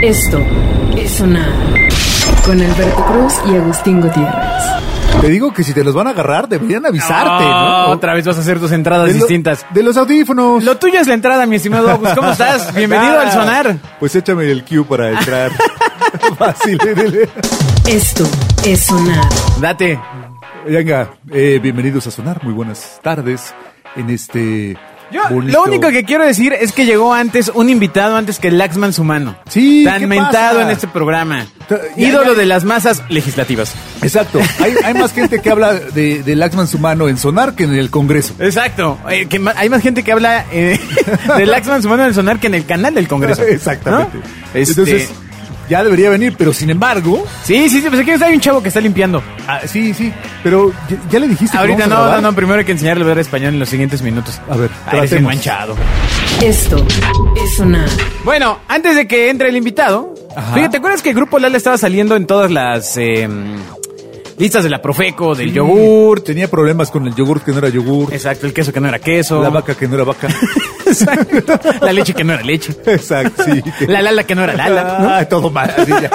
Esto es Sonar con Alberto Cruz y Agustín Gutiérrez. Te digo que si te los van a agarrar, deberían avisarte, ¿no? Otra vez vas a hacer tus entradas distintas. De los audífonos. Lo tuyo es la entrada, mi estimado Agus. ¿Cómo estás? Bienvenido al Sonar. Pues échame el cue para entrar. Fácil. Esto es Sonar. Date. Venga, bienvenidos a Sonar. Muy buenas tardes en este... Lo único que quiero decir es que llegó antes un invitado antes que el Laxman Sumano. Sí, tan mentado en este programa. Ídolo de las masas legislativas. Exacto. Hay más gente que habla de Laxman Sumano en Sonar que en el Congreso. Exacto. Hay más gente que habla de Laxman Sumano en el Sonar que en el canal del Congreso. Exactamente. ¿No? Entonces, ya debería venir, pero sin embargo... Sí, pues aquí hay un chavo que está limpiando. Sí, pero ya le dijiste. Ahorita no, primero hay que enseñarle a ver español en los siguientes minutos. A ver, ese manchado. Esto es Sonar. Bueno, antes de que entre el invitado, fíjate, ¿te acuerdas que el Grupo Lala estaba saliendo en todas las listas de la Profeco, del yogur? Tenía problemas con el yogur que no era yogur. Exacto, el queso que no era queso. La vaca que no era vaca. Exacto. La leche que no era leche. Exacto, sí. La lala que no era lala, ¿no? Todo mal, así ya.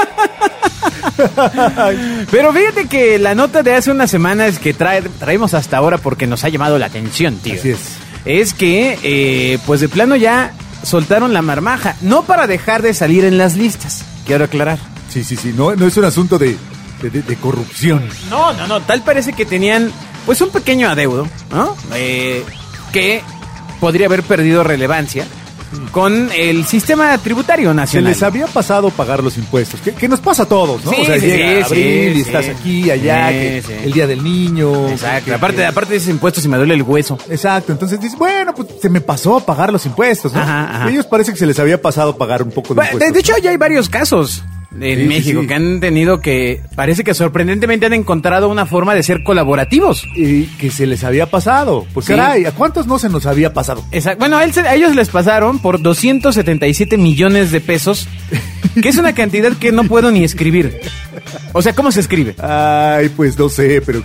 Pero fíjate que la nota de hace unas semanas que traemos hasta ahora porque nos ha llamado la atención, tío. Así es. Es que, pues de plano ya soltaron la marmaja. No para dejar de salir en las listas, quiero aclarar. Sí. No es un asunto de corrupción. No. Tal parece que tenían, pues, un pequeño adeudo, ¿no? Que podría haber perdido relevancia con el sistema tributario nacional. Se les había pasado pagar los impuestos, que nos pasa a todos, ¿no? Sí, o sea, llega abril y sí. estás aquí, allá, el día del niño. Exacto, aparte de esos impuestos y me duele el hueso. Exacto, entonces dices, bueno, pues se me pasó a pagar los impuestos, ¿no? Ajá. Ellos parece que se les había pasado pagar un poco de impuestos. De hecho, ya hay varios casos en México que han tenido que, parece que sorprendentemente han encontrado una forma de ser colaborativos. Y que se les había pasado. Pues caray, ¿a cuántos no se nos había pasado? Exacto. Bueno, a ellos les pasaron por 277 millones de pesos, que es una cantidad que no puedo ni escribir. O sea, ¿cómo se escribe? Ay, pues no sé, pero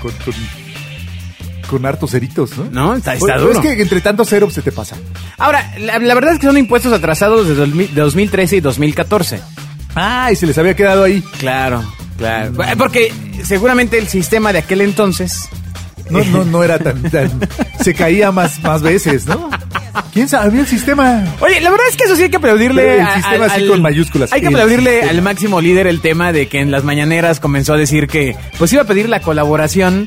con hartos ceritos, ¿no? No, está duro. Es que entre tantos ceros se te pasa. Ahora, la verdad es que son impuestos atrasados desde 2013 y 2014. Y se les había quedado ahí. Claro. Porque seguramente el sistema de aquel entonces... No era tan... Se caía más veces, ¿no? ¿Quién sabía el sistema? Oye, la verdad es que eso sí hay que aplaudirle... El sistema así con mayúsculas. Hay que aplaudirle al máximo líder el tema de que en las mañaneras comenzó a decir que pues iba a pedir la colaboración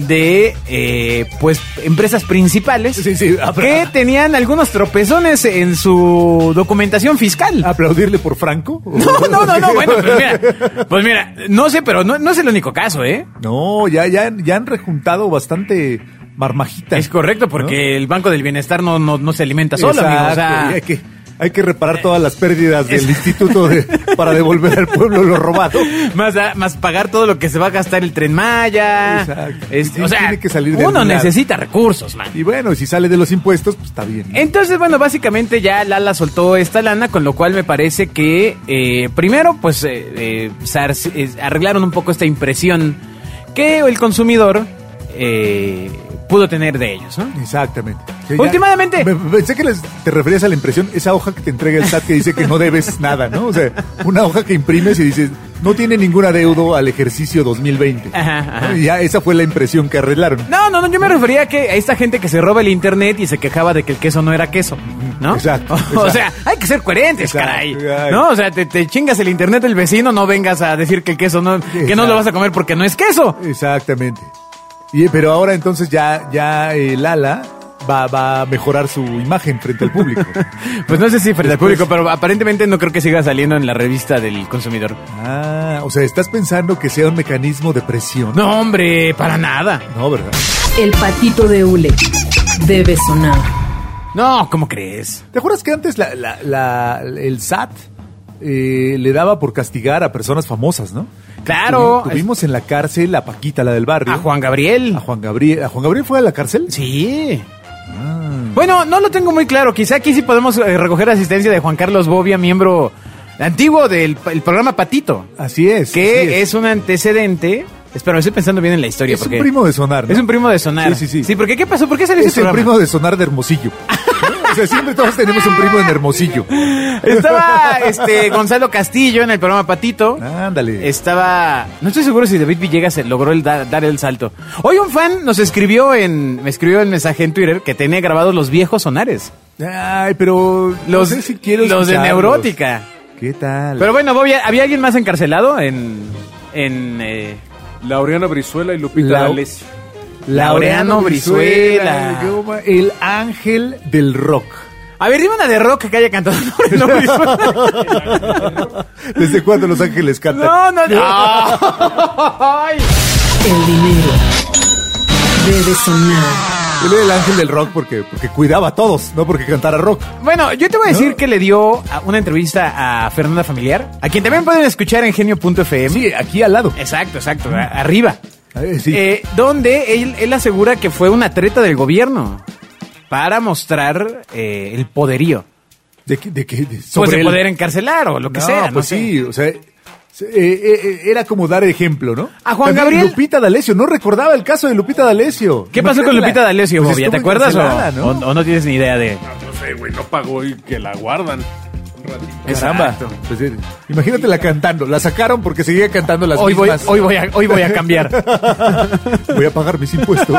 de pues empresas principales que tenían algunos tropezones en su documentación fiscal. ¿Aplaudirle por Franco? No, bueno, pues mira, no sé, pero no es el único caso, ¿eh? No, ya han rejuntado bastante marmajita. Es correcto, porque el Banco del Bienestar no se alimenta solo, exacto, amigo. O sea, hay que reparar todas las pérdidas del instituto para devolver al pueblo lo robado. Más pagar todo lo que se va a gastar el Tren Maya. Exacto. O sea, tiene que salir de uno necesita recursos, man. Y bueno, si sale de los impuestos, pues está bien, ¿no? Entonces, bueno, básicamente ya Lala soltó esta lana, con lo cual me parece que primero, pues, arreglaron un poco esta impresión que el consumidor pudo tener de ellos, ¿no? Exactamente. Últimamente. Pensé que te referías a la impresión, esa hoja que te entrega el SAT que dice que no debes nada, ¿no? O sea, una hoja que imprimes y dices, no tiene ningún adeudo al ejercicio 2020. Ajá. ¿No? Y ya esa fue la impresión que arreglaron. No, yo me refería a esta gente que se roba el internet y se quejaba de que el queso no era queso, ¿no? Exacto. O sea, hay que ser coherentes, caray. ¿No? O sea, te chingas el internet del vecino, no vengas a decir que el queso que no lo vas a comer porque no es queso. Exactamente. Pero ahora entonces ya Lala va a mejorar su imagen frente al público. Pues no sé si frente al público, pero aparentemente no creo que siga saliendo en la revista del consumidor. O sea, ¿estás pensando que sea un mecanismo de presión? No, hombre, para nada. No, ¿verdad? El patito de hule debe sonar. No, ¿cómo crees? ¿Te acuerdas que antes el SAT le daba por castigar a personas famosas, no? Claro. Tuvimos en la cárcel a Paquita, la del barrio. A Juan Gabriel. ¿A Juan Gabriel fue a la cárcel? Sí. Bueno, no lo tengo muy claro. Quizá aquí sí podemos recoger asistencia de Juan Carlos Bobia, miembro antiguo del programa Patito. Así es. Que es un antecedente. Espera, estoy pensando bien en la historia. Es un primo de Sonar, ¿no? Es un primo de Sonar. Sí. Sí, porque ¿qué pasó? ¿Por qué salió ese programa? Es el primo de Sonar de Hermosillo. sea, siempre todos tenemos un primo en Hermosillo. Estaba Gonzalo Castillo en el programa Patito. Ándale. Estaba... No estoy seguro si David Villegas logró dar el salto. Hoy un fan me escribió en mensaje en Twitter que tenía grabados los viejos sonares. Ay, pero... No sé si quiero los de Neurótica. ¿Qué tal? Pero bueno, ¿había alguien más encarcelado Laureano Brizuela y Lupita D'Alessio. Laureano Brizuela. El ángel del rock. A ver, dime una de rock que haya cantado Laureano Brizuela. ¿Desde cuándo los ángeles cantan? No. Ay. El dinero debe sonar. Él era el ángel del rock porque cuidaba a todos, no porque cantara rock. Bueno, yo te voy a decir que le dio una entrevista a Fernanda Familiar, a quien también pueden escuchar en Genio.fm. Sí, aquí al lado. Exacto, arriba. Sí. Donde él asegura que fue una treta del gobierno para mostrar el poderío. ¿De qué? Pues de poder encarcelar o lo que sea. Pues sí, o sea... era como dar ejemplo, ¿no? A Juan también Gabriel. Lupita D'Alessio, no recordaba el caso de Lupita D'Alessio. ¿Qué pasó con Lupita D'Alessio, pues Bobia? ¿Te acuerdas ¿no? o no tienes ni idea de...? No sé, güey, no pagó y que la guardan un ratito. Caramba. Pues, imagínatela cantando. La sacaron porque seguía cantando las mismas. Hoy voy a cambiar. Voy a pagar mis impuestos.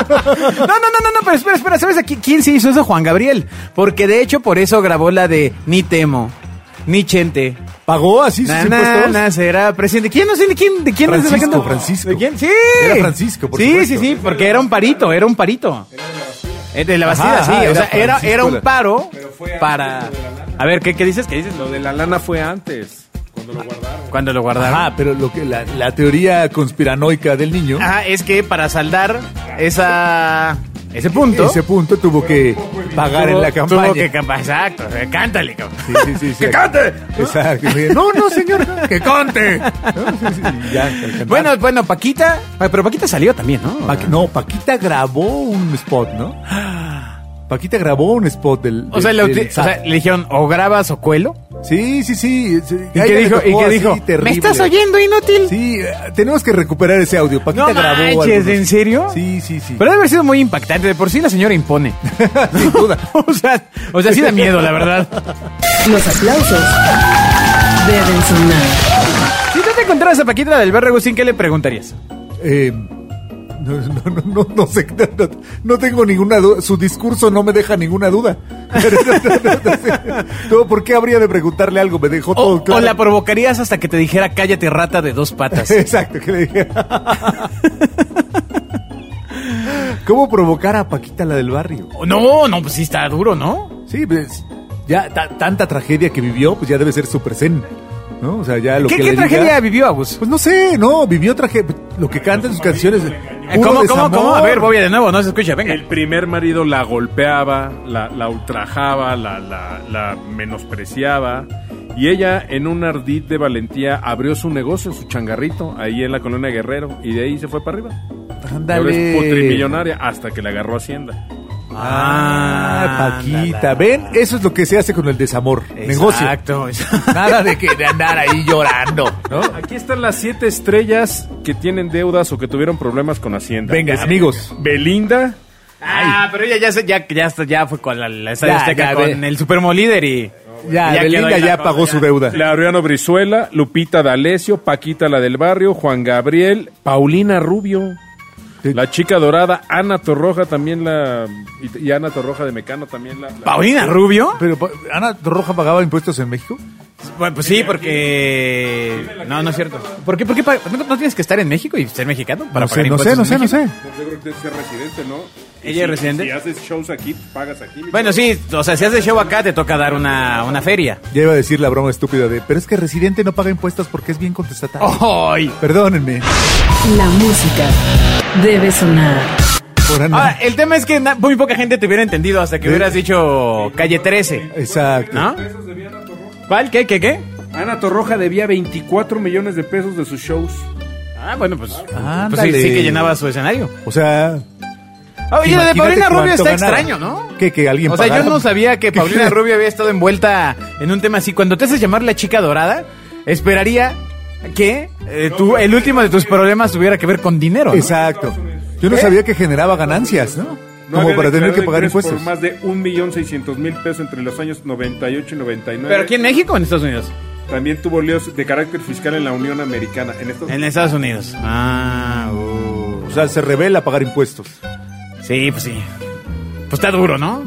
No, pero espera, ¿sabes quién se hizo eso? Juan Gabriel. Porque de hecho por eso grabó la de Ni Temo, Ni Chente. ¿Pagó así sus impuestos? Será presidente. ¿Quién? No sé de quién Francisco. ¿De quién? Sí. Era Francisco, por supuesto. Sí, porque era un parito. De la Bastida, sí. O sea, era un paro para... A ver, ¿qué dices? ¿Qué dices? Lo de la lana fue antes, cuando lo guardaron. Ajá, pero la teoría conspiranoica del niño... Ajá, es que para saldar ese punto tuvo que pagar en la campaña. Exacto, cántale, cabrón. Sí. ¡Que cante! Exacto. No, señor, que cante. Bueno, Paquita, pero Paquita salió también, ¿no? Paquita grabó un spot, ¿no? Paquita grabó un spot del o sea, le dijeron, o grabas o cuelo. Sí. ¿Y qué dijo? ¿Me estás oyendo, inútil? Sí, tenemos que recuperar ese audio. Paquita grabó manches, ¿en serio? Sí. Pero debe haber sido muy impactante. De por sí la señora impone. Sin duda. o sea, sí da miedo, la verdad. Los aplausos deben sonar. Si tú te encontraras a Paquita del Barrio Agustín, ¿qué le preguntarías? No sé, no tengo ninguna duda. Su discurso no me deja ninguna duda. ¿Por qué habría de preguntarle algo? Me dejó todo claro. O la provocarías hasta que te dijera cállate rata de 2 patas. Exacto, que le dijera. ¿Cómo provocar a Paquita la del barrio? No, pues sí está duro, ¿no? Sí, pues ya tanta tragedia que vivió, pues ya debe ser súper zen, ¿no? O sea, ya lo que ¿Qué tragedia vivió, Agus? Pues no sé, vivió tragedia. Lo que canta en sus canciones. ¿Cómo? A ver, Bobia, de nuevo, no se escucha, venga. El primer marido la golpeaba, la ultrajaba, la menospreciaba. Y ella, en un ardid de valentía, abrió su negocio, su changarrito, ahí en la colonia Guerrero. Y de ahí se fue para arriba. Ándale. Es putrimillonaria hasta que le agarró Hacienda. Paquita, ¿ven? Eso es lo que se hace con el desamor. Exacto. Negocio. Nada de andar ahí llorando, ¿no? Aquí están las 7 estrellas que tienen deudas o que tuvieron problemas con Hacienda. Venga, amigos. Belinda. Pero ella ya fue con la Estadio Azteca con el Supermolíder y... Belinda ya pagó su deuda. Laureano Brizuela, Lupita D'Alessio, Paquita la del barrio, Juan Gabriel, Paulina Rubio. La chica dorada, Ana Torroja también y Ana Torroja de Mecano también la ¿Paulina Rubio? Pero ¿Ana Torroja pagaba impuestos en México? Bueno, pues sí, porque... No es cierto. ¿Por qué? ¿No tienes que estar en México y ser mexicano para pagar impuestos en México? No sé. Yo creo que es ser residente, ¿no? ¿Ella es residente? Si haces shows aquí, pagas aquí. Bueno, sí, o sea, si haces show acá te toca dar una feria. Ya iba a decir la broma estúpida pero es que residente no paga impuestos porque es bien contestatario. ¡Ay! Perdónenme. La música debe sonar. Ahora, el tema es que muy poca gente te hubiera entendido hasta que hubieras dicho Calle 13. Exacto. ¿No? ¿Cuál? ¿Qué? Ana Torroja debía 24 millones de pesos de sus shows. Bueno, pues sí que llenaba su escenario. O sea... Oye, lo de Paulina Rubio está extraño, ¿no? Que alguien pagara. Yo no sabía que Paulina Rubio había estado envuelta en un tema así. Cuando te haces llamar la chica dorada, esperaría que el último de tus problemas tuviera que ver con dinero, ¿no? Exacto. Yo no sabía que generaba ganancias, ¿no? No como había para tener que declarado pagar ingresos impuestos. por más de 1,600,000 pesos entre los años 98 y 99. ¿Pero aquí en México o en Estados Unidos? También tuvo líos de carácter fiscal en la Unión Americana. En Estados Unidos. O sea, se revela pagar impuestos. Sí, pues sí. Pues está duro, ¿no?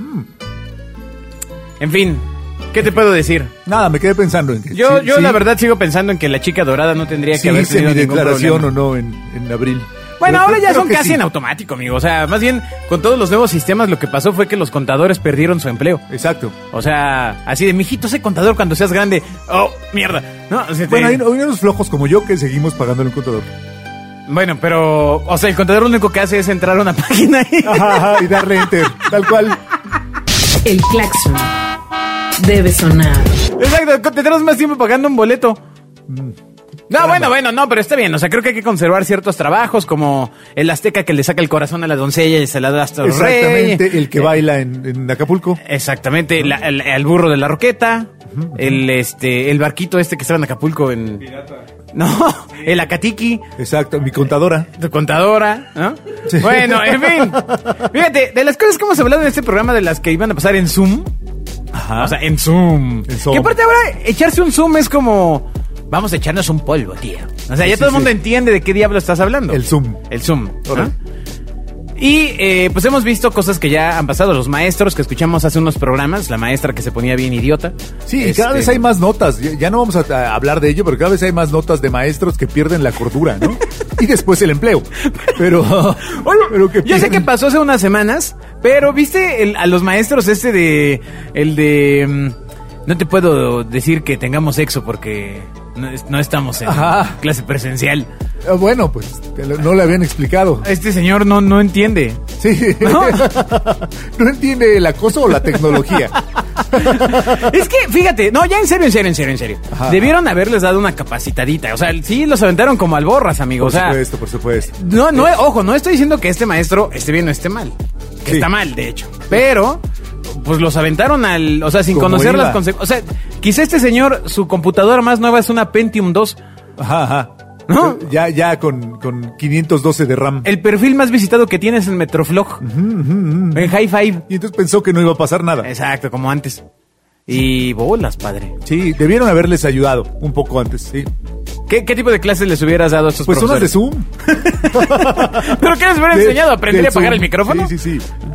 En fin, ¿qué te puedo decir? Nada, me quedé pensando en que... Yo la verdad sigo pensando en que la chica dorada no tendría que haber hice tenido mi ningún declaración problema. o no en abril. Bueno, Pero ahora ya creo son que casi sí. en automático, amigo. O sea, más bien, con todos los nuevos sistemas, lo que pasó fue que los contadores perdieron su empleo. Exacto. O sea, así de, mijito, sé contador cuando seas grande. ¡Oh, mierda! ¿No? O sea, Bueno, hay unos flojos como yo que seguimos pagándole un contador. Bueno, pero, o sea, el contador lo único que hace es entrar a una página Y darle enter, tal cual. El claxon debe sonar. Exacto, tendrás más tiempo pagando un boleto. No, bueno, no, pero está bien. O sea, creo que hay que conservar ciertos trabajos como el azteca que le saca el corazón a la doncella y se la da hasta el rey. Exactamente, el que baila en Acapulco. Exactamente, el burro de la roqueta, el barquito que estaba en Acapulco en... Pirata. No, el acatiki. Exacto, mi contadora. Tu contadora, ¿no? Sí. Bueno, en fin. Fíjate, de las cosas que hemos hablado en este programa de las que iban a pasar en Zoom. Ajá. O sea, en Zoom. Que aparte ahora echarse un Zoom es como... Vamos a echarnos un polvo, tío. O sea, ya todo el mundo entiende de qué diablo estás hablando. El Zoom. El Zoom. ¿No? Y pues hemos visto cosas que ya han pasado. Los maestros que escuchamos hace unos programas. La maestra que se ponía bien idiota. Sí, y cada vez hay más notas. Ya no vamos a hablar de ello, pero cada vez hay más notas de maestros que pierden la cordura, ¿no? Y después el empleo. Pero que yo sé que pasó hace unas semanas, pero ¿viste a los maestros no te puedo decir que tengamos sexo porque no estamos en clase presencial? Bueno, pues no le habían explicado. Este señor no entiende. Sí. No entiende el acoso o la tecnología. Es que, fíjate, no, ya en serio. Ajá. Debieron haberles dado una capacitadita. O sea, sí, los aventaron como alborras, amigo. Por supuesto. Ojo, no estoy diciendo que este maestro esté bien o esté mal. Que está mal, de hecho. Pero... pues los aventaron sin conocer las consecuencias. O sea, quizá este señor, su computadora más nueva es una Pentium 2. Ajá. ¿No? Ya con 512 de RAM. El perfil más visitado que tienes en Metroflog. En Hi5. Y entonces pensó que no iba a pasar nada. Exacto, como antes. Y bolas, padre. Sí, debieron haberles ayudado un poco antes, sí. ¿Qué tipo de clases les hubieras dado a estos profesores? Pues unas de Zoom. ¿Pero qué les hubiera enseñado? ¿Aprender a apagar el micrófono? Sí.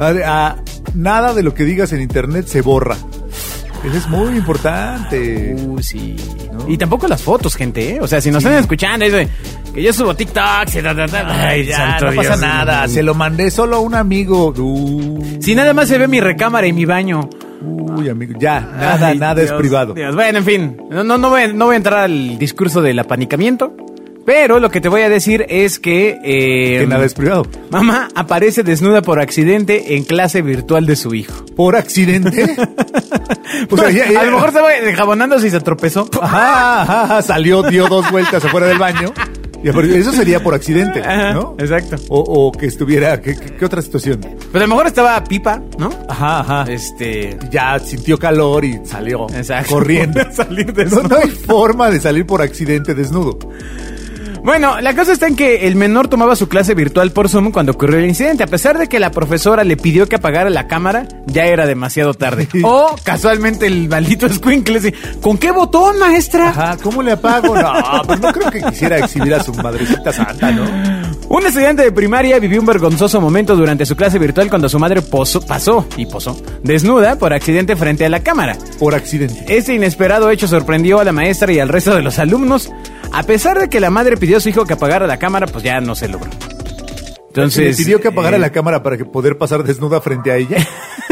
Nada de lo que digas en internet se borra. Eso es muy importante. Sí. ¿No? Y tampoco las fotos, gente, ¿eh? O sea, si nos están escuchando, es que yo subo TikToks y Ay, ya, no pasa nada. Se lo mandé solo a un amigo. Si nada más se ve mi recámara y mi baño. Uy, amigo, ya, nada Dios, es privado. Dios. Bueno, en fin, no voy a entrar al discurso del apanicamiento, pero lo que te voy a decir es que nada es privado. Mamá aparece desnuda por accidente en clase virtual de su hijo. ¿Por accidente? O sea, a lo mejor estaba enjabonándose y se tropezó. Ajá, salió, dio 2 vueltas afuera del baño. Y eso sería por accidente, ¿no? Exacto. O que estuviera... ¿Qué otra situación? Pues a lo mejor estaba pipa, ¿no? Ajá. Ya sintió calor y salió corriendo. Salir desnudo. No hay forma de salir por accidente desnudo. Bueno, la cosa está en que el menor tomaba su clase virtual por Zoom cuando ocurrió el incidente. A pesar de que la profesora le pidió que apagara la cámara, ya era demasiado tarde. O, casualmente, el maldito escuincle dice, ¿con qué botón, maestra? Ajá, ¿cómo le apago? No, pues no creo que quisiera exhibir a su madrecita santa, ¿no? Un estudiante de primaria vivió un vergonzoso momento durante su clase virtual cuando su madre posó desnuda por accidente frente a la cámara. Por accidente. Este inesperado hecho sorprendió a la maestra y al resto de los alumnos. A pesar de que la madre pidió a su hijo que apagara la cámara, pues ya no se logró. Entonces, ¿le pidió que apagara la cámara para poder pasar desnuda frente a ella?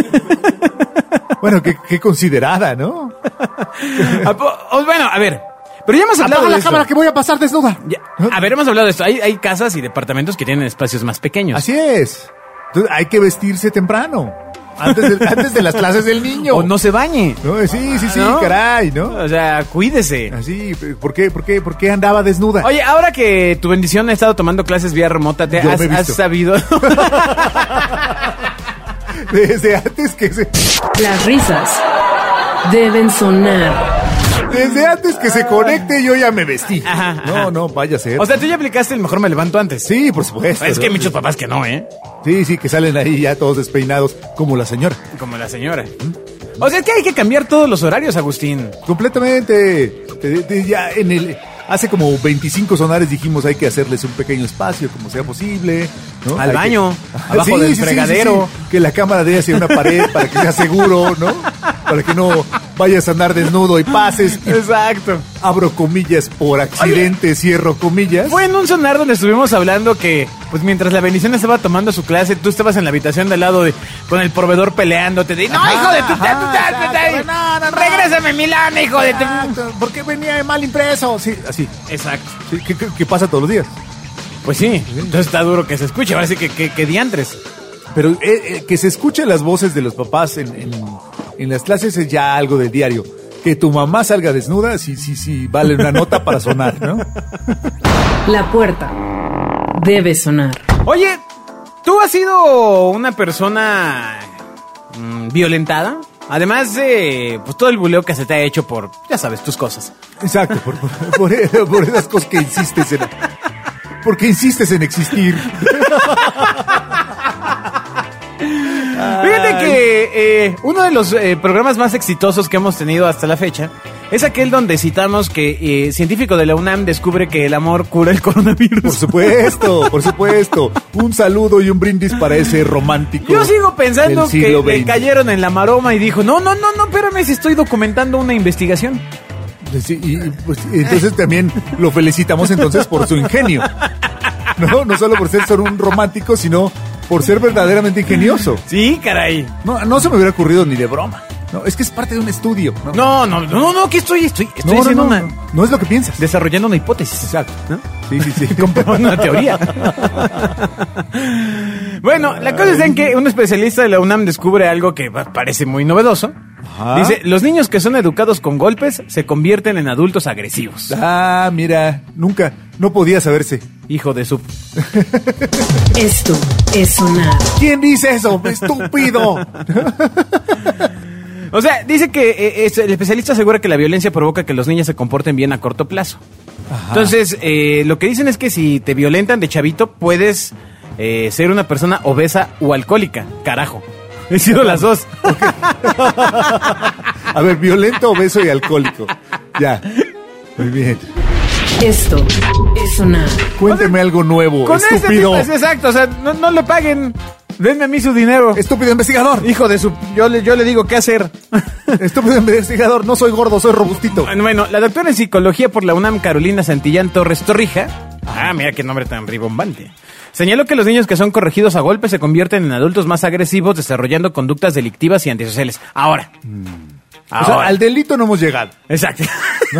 Bueno, qué considerada, ¿no? Bueno, a ver. Pero ya hemos hablado de la esto. Cámara que voy a pasar desnuda. A ver, hemos hablado de esto. Hay casas y departamentos que tienen espacios más pequeños. Así es. Entonces hay que vestirse temprano. Antes de las clases del niño. O no se bañe. No, sí, ¿no? Caray, ¿no? O sea, cuídese. Así, ¿por qué andaba desnuda? Oye, ahora que tu bendición ha estado tomando clases vía remota, has sabido... Desde antes que se... Las risas deben sonar. Desde antes que se conecte yo ya me vestí. Ajá. No, vaya a ser. O sea, tú ya aplicaste el mejor me levanto antes. Sí, por supuesto. Es que hay muchos papás que no, ¿eh? Sí, que salen ahí ya todos despeinados, como la señora. Como la señora. O sea, es que hay que cambiar todos los horarios, Agustín. Completamente. Ya hace como 25 sonares dijimos hay que hacerles un pequeño espacio, como sea posible, ¿no? Al baño, abajo del fregadero. Sí. Que la cámara dé hacia una pared para que sea seguro, ¿no? Para que no vayas a andar desnudo y pases. Exacto. Abro comillas por accidente, oye, cierro comillas. Fue en un sonar donde estuvimos hablando que, pues mientras la bendición estaba tomando su clase, tú estabas en la habitación de al lado con el proveedor peleándote. ¡No, hijo de tu... No, regrésame mi lana, hijo de tu... ¿Por qué venía mal impreso? Sí, así. Exacto. Sí, ¿qué pasa todos los días? Pues sí, entonces está duro que se escuche, ahora sí que diantres. Pero que se escuchen las voces de los papás en las clases es ya algo del diario. Que tu mamá salga desnuda, sí, vale una nota para sonar, ¿no? La puerta debe sonar. Oye, ¿tú has sido una persona violentada? Además de pues, todo el buleo que se te ha hecho por, ya sabes, tus cosas. Exacto, por esas cosas que insistes en... Porque insistes en existir. Fíjate que uno de los programas más exitosos que hemos tenido hasta la fecha es aquel donde citamos que científico de la UNAM descubre que el amor cura el coronavirus. Por supuesto. Un saludo y un brindis para ese romántico. Yo sigo pensando que le cayeron en la maroma y dijo, no, espérame, si estoy documentando una investigación. Sí, pues, entonces también lo felicitamos entonces por su ingenio. No solo por ser solo un romántico, sino por ser verdaderamente ingenioso. Sí, caray. No se me hubiera ocurrido ni de broma. No, es que es parte de un estudio. No, que estoy haciendo una... No es lo que piensas. Desarrollando una hipótesis. Exacto. ¿No? Sí. Comprobando una teoría. Bueno, la cosa es en que un especialista de la UNAM descubre algo que parece muy novedoso. Ajá. Dice, los niños que son educados con golpes se convierten en adultos agresivos. Ah, mira, no podía saberse. Hijo de su... Esto es sonar. ¿Quién dice eso? ¡Estúpido! O sea, dice que el especialista asegura que la violencia provoca que los niños se comporten bien a corto plazo. Ajá. Entonces, lo que dicen es que si te violentan de chavito, puedes ser una persona obesa o alcohólica. Carajo. He sido las dos. Okay. A ver, violento, obeso y alcohólico. Ya. Muy bien. Esto es sonar. Cuénteme algo nuevo, con estúpido. Exacto, o sea, no le paguen. Denme a mí su dinero. Estúpido investigador. Hijo de su... Yo le digo qué hacer. Estúpido investigador, no soy gordo, soy robustito. Bueno, la doctora en psicología por la UNAM, Carolina Santillán Torres Torrija. Mira qué nombre tan ribombante. Señaló que los niños que son corregidos a golpes se convierten en adultos más agresivos, desarrollando conductas delictivas y antisociales. Ahora. O sea, al delito no hemos llegado. Exacto. ¿No?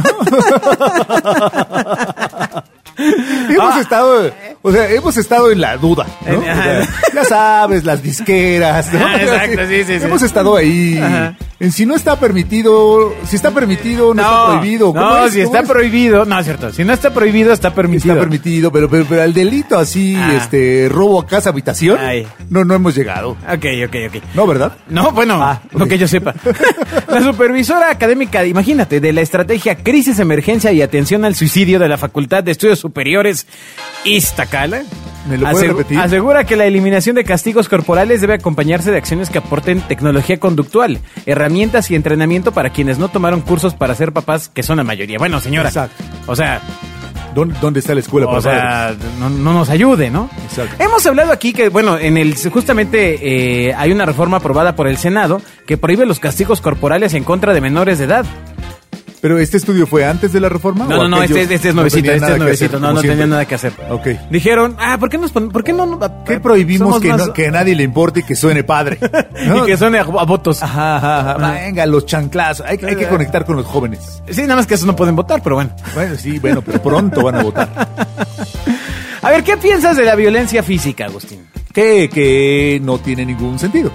Hemos estado en la duda, ¿no? O sea, ya sabes, las disqueras, ¿no? Exacto, sí. Hemos estado ahí. Ajá. En si no está permitido, si está permitido, no está prohibido. No, si está prohibido, no es cierto. Si no está prohibido, está permitido. Está permitido, pero al delito así, robo a casa, habitación, no hemos llegado. Ok. No, ¿verdad? No, bueno, okay. Lo que yo sepa. La supervisora académica, imagínate, de la estrategia Crisis, Emergencia y Atención al Suicidio de la Facultad de Estudios Superiores, Iztacala, ¿me lo puedes repetir? Asegura que la eliminación de castigos corporales debe acompañarse de acciones que aporten tecnología conductual, herramientas y entrenamiento para quienes no tomaron cursos para ser papás, que son la mayoría. Bueno, señora. Exacto. O sea... ¿Dónde está la escuela para padres? No nos ayude, ¿no? Exacto. Hemos hablado aquí que, bueno, justamente hay una reforma aprobada por el Senado que prohíbe los castigos corporales en contra de menores de edad. ¿Pero este estudio fue antes de la reforma? No, este es nuevecito, no tenía nada que hacer. Ok. Dijeron, ¿por qué no? ¿Qué prohibimos que a nadie le importe y que suene padre? ¿No? Y que suene a votos. Ajá. Venga, los chanclazos. Hay que conectar con los jóvenes. Sí, nada más que eso no pueden votar, pero bueno. Bueno, pero pronto van a votar. A ver, ¿qué piensas de la violencia física, Agustín? Que no tiene ningún sentido.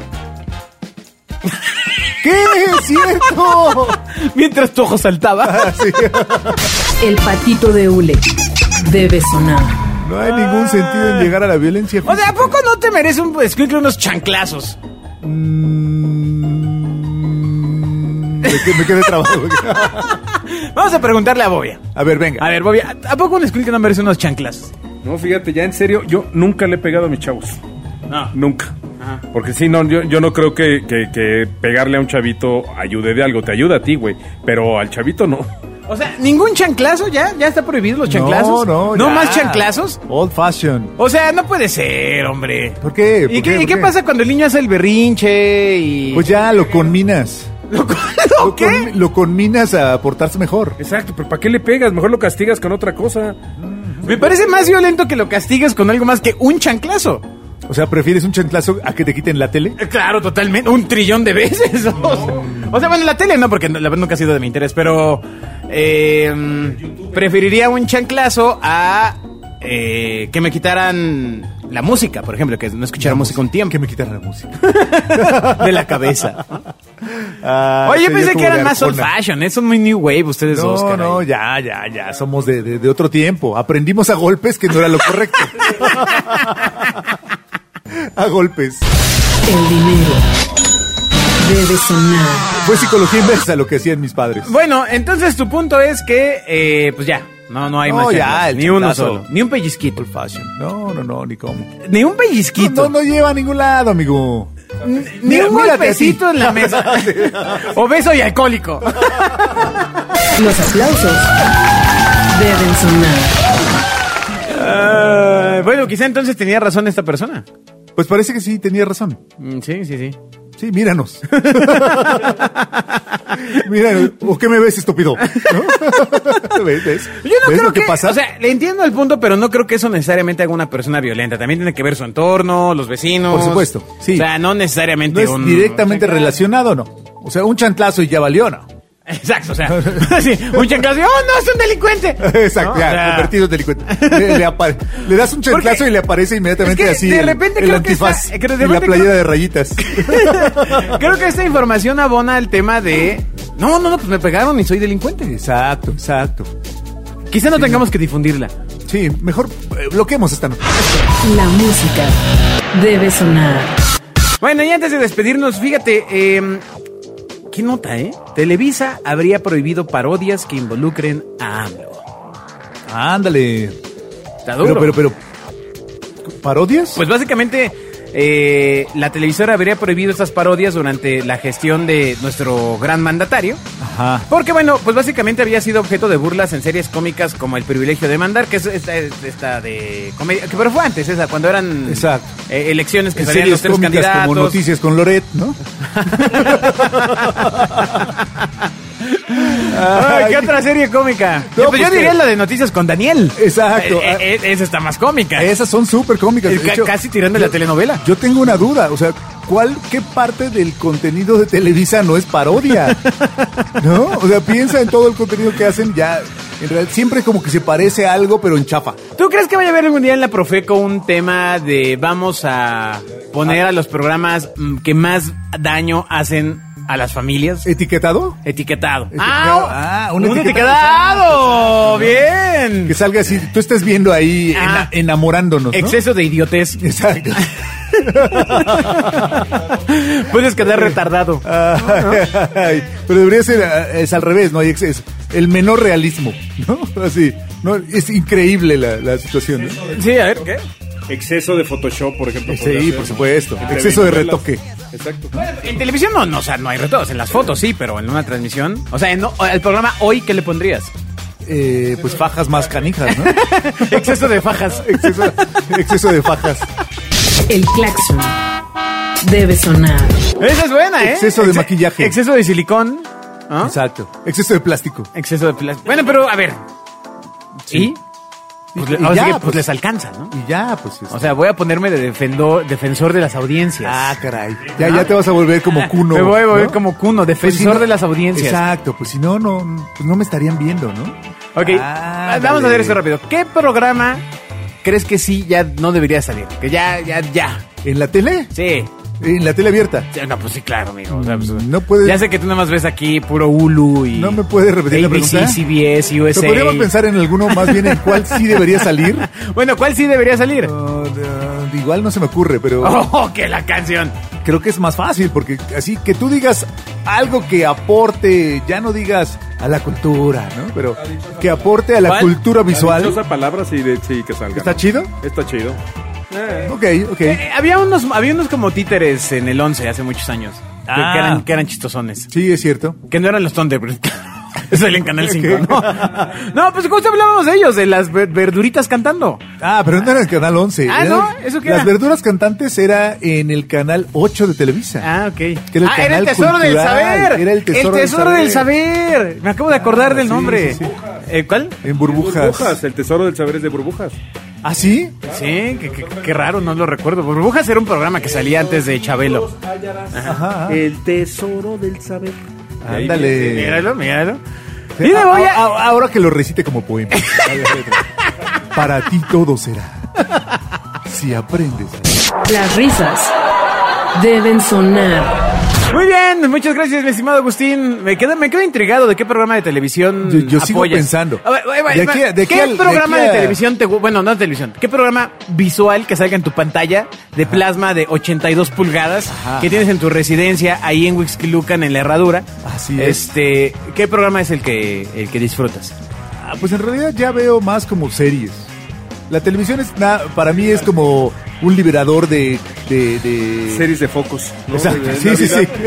¿Qué? ¡Es cierto! Mientras tu ojo saltaba. Sí. El patito de hule debe sonar. No hay ningún sentido en llegar a la violencia física. O sea, ¿a poco no te merece unos chanclazos? Me quedé trabado. Vamos a preguntarle a Bobia. A ver, venga. A ver, Bobia, ¿a poco un escuincle no merece unos chanclas? No, fíjate, ya en serio, yo nunca le he pegado a mis chavos. No. Nunca. Ajá. Porque sí, no, yo no creo que pegarle a un chavito ayude de algo. Te ayuda a ti, güey. Pero al chavito no. O sea, ¿ningún chanclazo ya? ¿Ya está prohibido los chanclazos? No, ¿No ya. más chanclazos? Old fashion. O sea, no puede ser, hombre. ¿Por qué? ¿Y ¿Por qué, qué? y qué ¿Por qué? pasa cuando el niño hace el berrinche y...? Pues ya lo conminas. ¿Lo qué? Lo conminas a portarse mejor. Exacto, pero ¿para qué le pegas? Mejor lo castigas con otra cosa. Me parece más violento que lo castigues con algo más que un chanclazo. O sea, ¿prefieres un chanclazo a que te quiten la tele? Claro, totalmente. 1 trillón de veces. O sea, bueno, la tele no, porque la verdad nunca ha sido de mi interés, pero... preferiría un chanclazo a... que me quitaran la música, por ejemplo, que no escuchara música un tiempo. Que me quitaran la música. De la cabeza. Ah, Oye, yo sería pensé como que eran de más old Arjona. fashion. Son muy new wave ustedes dos, No, caray. no, ya. Somos de otro tiempo. Aprendimos a golpes que no era lo correcto. A golpes. El dinero debe sonar. Fue psicología inversa lo que hacían mis padres. Bueno, entonces tu punto es que, pues ya, no hay No, más ya, chanclas. el Ni uno chanclazo. solo, ni un pellizquito. Old fashion. No, ni cómo. Ni un pellizquito. No lleva a ningún lado, amigo. Ni Mira, un mírate golpecito así. en la mesa. Obeso y alcohólico. Los aplausos deben sonar. Bueno, quizá entonces tenía razón esta persona. Pues parece que sí, tenía razón. Sí. Sí, míranos. Míranos. ¿O qué me ves, estúpido? ¿No? ¿Ves? Yo no ¿Ves creo lo que que, pasa? o sea, le entiendo el punto, pero no creo que eso necesariamente haga una persona violenta. También tiene que ver su entorno, los vecinos. Por supuesto, sí. O sea, no necesariamente ¿No es directamente relacionado o no? O sea, un chantlazo y ya valió, ¿no? Exacto, o sea, sí, un chanclazo, ¡oh, no, es un delincuente! Exacto, ¿No? ya, O sea, convertido en delincuente. Le das un chanclazo Porque y le aparece inmediatamente es que así de repente el creo que antifaz esta- creo- de y la repente playera creo- de rayitas. Creo que esta información abona el tema de... No, pues me pegaron y soy delincuente. Exacto. Quizá no tengamos que difundirla. Sí, mejor bloqueemos esta nota. La música debe sonar. Bueno, y antes de despedirnos, fíjate, ¿qué nota, Televisa habría prohibido parodias que involucren a AMLO. Ándale. Está duro. Pero, ¿parodias? Pues básicamente, la televisora habría prohibido estas parodias durante la gestión de nuestro gran mandatario. Ajá. Porque, bueno, pues básicamente había sido objeto de burlas en series cómicas como El Privilegio de Mandar, que es esta de comedia, que pero fue antes esa, cuando eran Exacto. elecciones que En salían los series tres cómicas candidatos. como Noticias con Loret, ¿no? Ay, ¿qué otra serie cómica? No, Pues yo pues diría que- la de Noticias con Daniel. Exacto. Esa está más cómica. Esas son súper cómicas. De hecho, Casi tirando la telenovela. yo tengo una duda, o sea, ¿qué parte del contenido de Televisa no es parodia? ¿No? O sea, piensa en todo el contenido que hacen ya. En realidad, siempre como que se parece a algo, pero en chafa. ¿Tú crees que vaya a haber algún día en la Profeco un tema de vamos a poner a los programas que más daño hacen a las familias? ¿Etiquetado? Etiquetado. Un un etiquetado. etiquetado. Bien. Que salga así, tú estás viendo ahí enamorándonos, ¿no? Exceso de idiotez. Exacto. Puedes quedar retardado. Ay, pero debería ser es al revés, no hay exceso. El menor realismo, ¿no? Así, no, es increíble la situación, ¿no? Sí, a ver, ¿qué? Exceso de Photoshop, por ejemplo. Sí, por supuesto. En Exceso de telenovelas. retoque. Exacto. En televisión no, o sea, no hay retoques. En las fotos sí, pero en una transmisión. O sea, al programa hoy, ¿qué le pondrías? Pues fajas más canijas, ¿no? Exceso de fajas. Exceso de fajas. El claxon debe sonar. Esa es buena, ¿eh? Exceso de maquillaje. Exceso de silicón. ¿no? Exacto. Exceso de plástico. Exceso de plástico. Bueno, pero a ver. Sí. ¿Y? Pues, Y ahora sí ya, que, pues, les alcanza, ¿no? Y ya, pues. O sea, voy a ponerme de defensor de las audiencias. caray. Ya te vas a volver como Kuno. Me voy a volver ¿no? como Kuno, Pues defensor si no- de las audiencias. Exacto, pues si no me estarían viendo, ¿no? Ok, Ándale. vamos a ver esto rápido. ¿Qué programa crees que sí ya no debería salir? Que ya. ¿En la tele? Sí. En la tele abierta. No, pues sí, claro, amigo. O sea, pues, no puedes... Ya sé que tú nada más ves aquí puro Hulu y... ¿No me puedes repetir la pregunta? ABC, CBS, USA. Pero podríamos pensar en alguno más bien en cuál sí debería salir. Bueno, ¿cuál sí debería salir? Igual no se me ocurre, pero... ¡Oh, que la canción! Creo que es más fácil, porque así que tú digas algo que aporte, ya no digas a la cultura, ¿no? Pero que aporte a la cultura visual. Esa palabra sí que salga. ¿Está chido? Está chido. Ok. Había unos como títeres en el 11 hace muchos años. Que eran chistosones. Sí, es cierto. Que no eran los Thunderbirds. Eso salía en Canal 5, ¿no? No, pues justo hablábamos de ellos, de las verduritas cantando. Pero no era en el Canal 11. ¿No? ¿Eso qué Las era? verduras cantantes era en el Canal 8 de Televisa. Ok. Que era el era el canal Tesoro del cultural. Saber. Era el Tesoro del Saber. Me acabo de acordar del sí, nombre. sí. ¿Cuál? En Burbujas. El Tesoro del Saber es de Burbujas. ¿Ah, sí? Sí, qué raro, no lo recuerdo. Burbujas era un programa que salía antes de Chabelo. Ajá. El Tesoro del Saber. Ándale. Míralo. Sí, Y ahora que lo recite como poema. Para ti todo será. Si aprendes. Las risas deben sonar. Muy bien, muchas gracias, mi estimado Agustín. Me quedo intrigado de qué programa de televisión Yo sigo apoyas. pensando. A ver, ¿qué programa de televisión bueno, no de televisión, qué programa visual que salga en tu pantalla de plasma de 82 pulgadas que tienes en tu residencia ahí en Huixquilucan, en la Herradura? Así es. ¿Qué programa es el que disfrutas? Pues en realidad ya veo más como series. La televisión para mí es como un liberador de series de focos, ¿no? Exacto. Sí.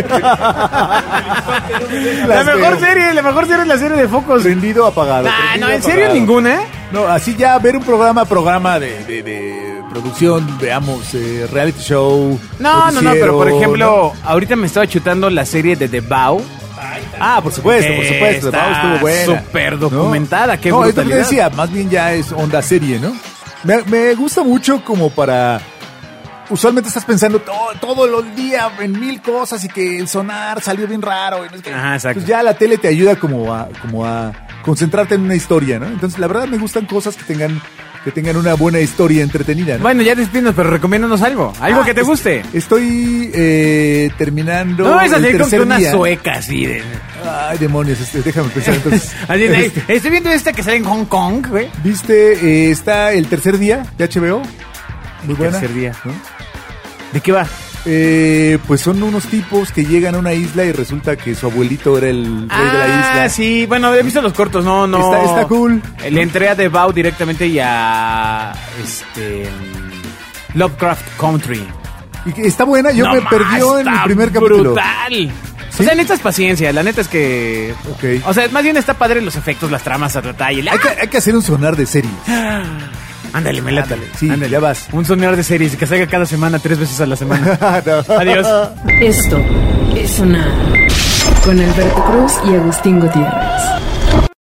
La mejor serie es la serie de focos. Prendido, apagado. No, en serio ninguna. No, así ya ver un programa de producción, veamos, reality show. No, pero por ejemplo, ahorita me estaba chutando la serie de The Vow. Por supuesto. The Vow estuvo buena. Súper documentada, qué brutalidad. brutalidad. Esto te decía, más bien ya es onda serie, ¿no? Me gusta mucho como para... Usualmente estás pensando todo el día en mil cosas y que el sonar salió bien raro. Y no es que, Ajá, exacto. Pues ya la tele te ayuda como a concentrarte en una historia, ¿no? Entonces, la verdad me gustan cosas que tengan una buena historia entretenida, ¿no? Bueno, ya despidiendo, pero recomiéndanos algo que te guste. Estoy terminando. No es así el como que tercer una día. sueca así de... Ay, demonios, déjame pensar entonces. Estoy viendo esta que sale en Hong Kong, güey. ¿Viste? Está El Tercer Día de HBO. Muy buena. Tercer Día. ¿No? ¿De qué va? Pues son unos tipos que llegan a una isla y resulta que su abuelito era el rey de la isla. Sí, bueno, he visto los cortos, no. Está cool. Le entré a The Vow directamente y a Lovecraft Country. Y que está buena, yo me perdió en el primer capítulo. ¡Brutal! ¿Sí? O sea, neta es paciencia, la neta es que... Ok. O sea, más bien está padre los efectos, las tramas a detalle. Hay que hacer un sonar de series. Ándale, me late. Sí, Ándale. ya vas. Un sonar de series que salga cada semana, 3 veces a la semana. No. Adiós. Esto es sonar con Alberto Cruz y Agustín Gutiérrez.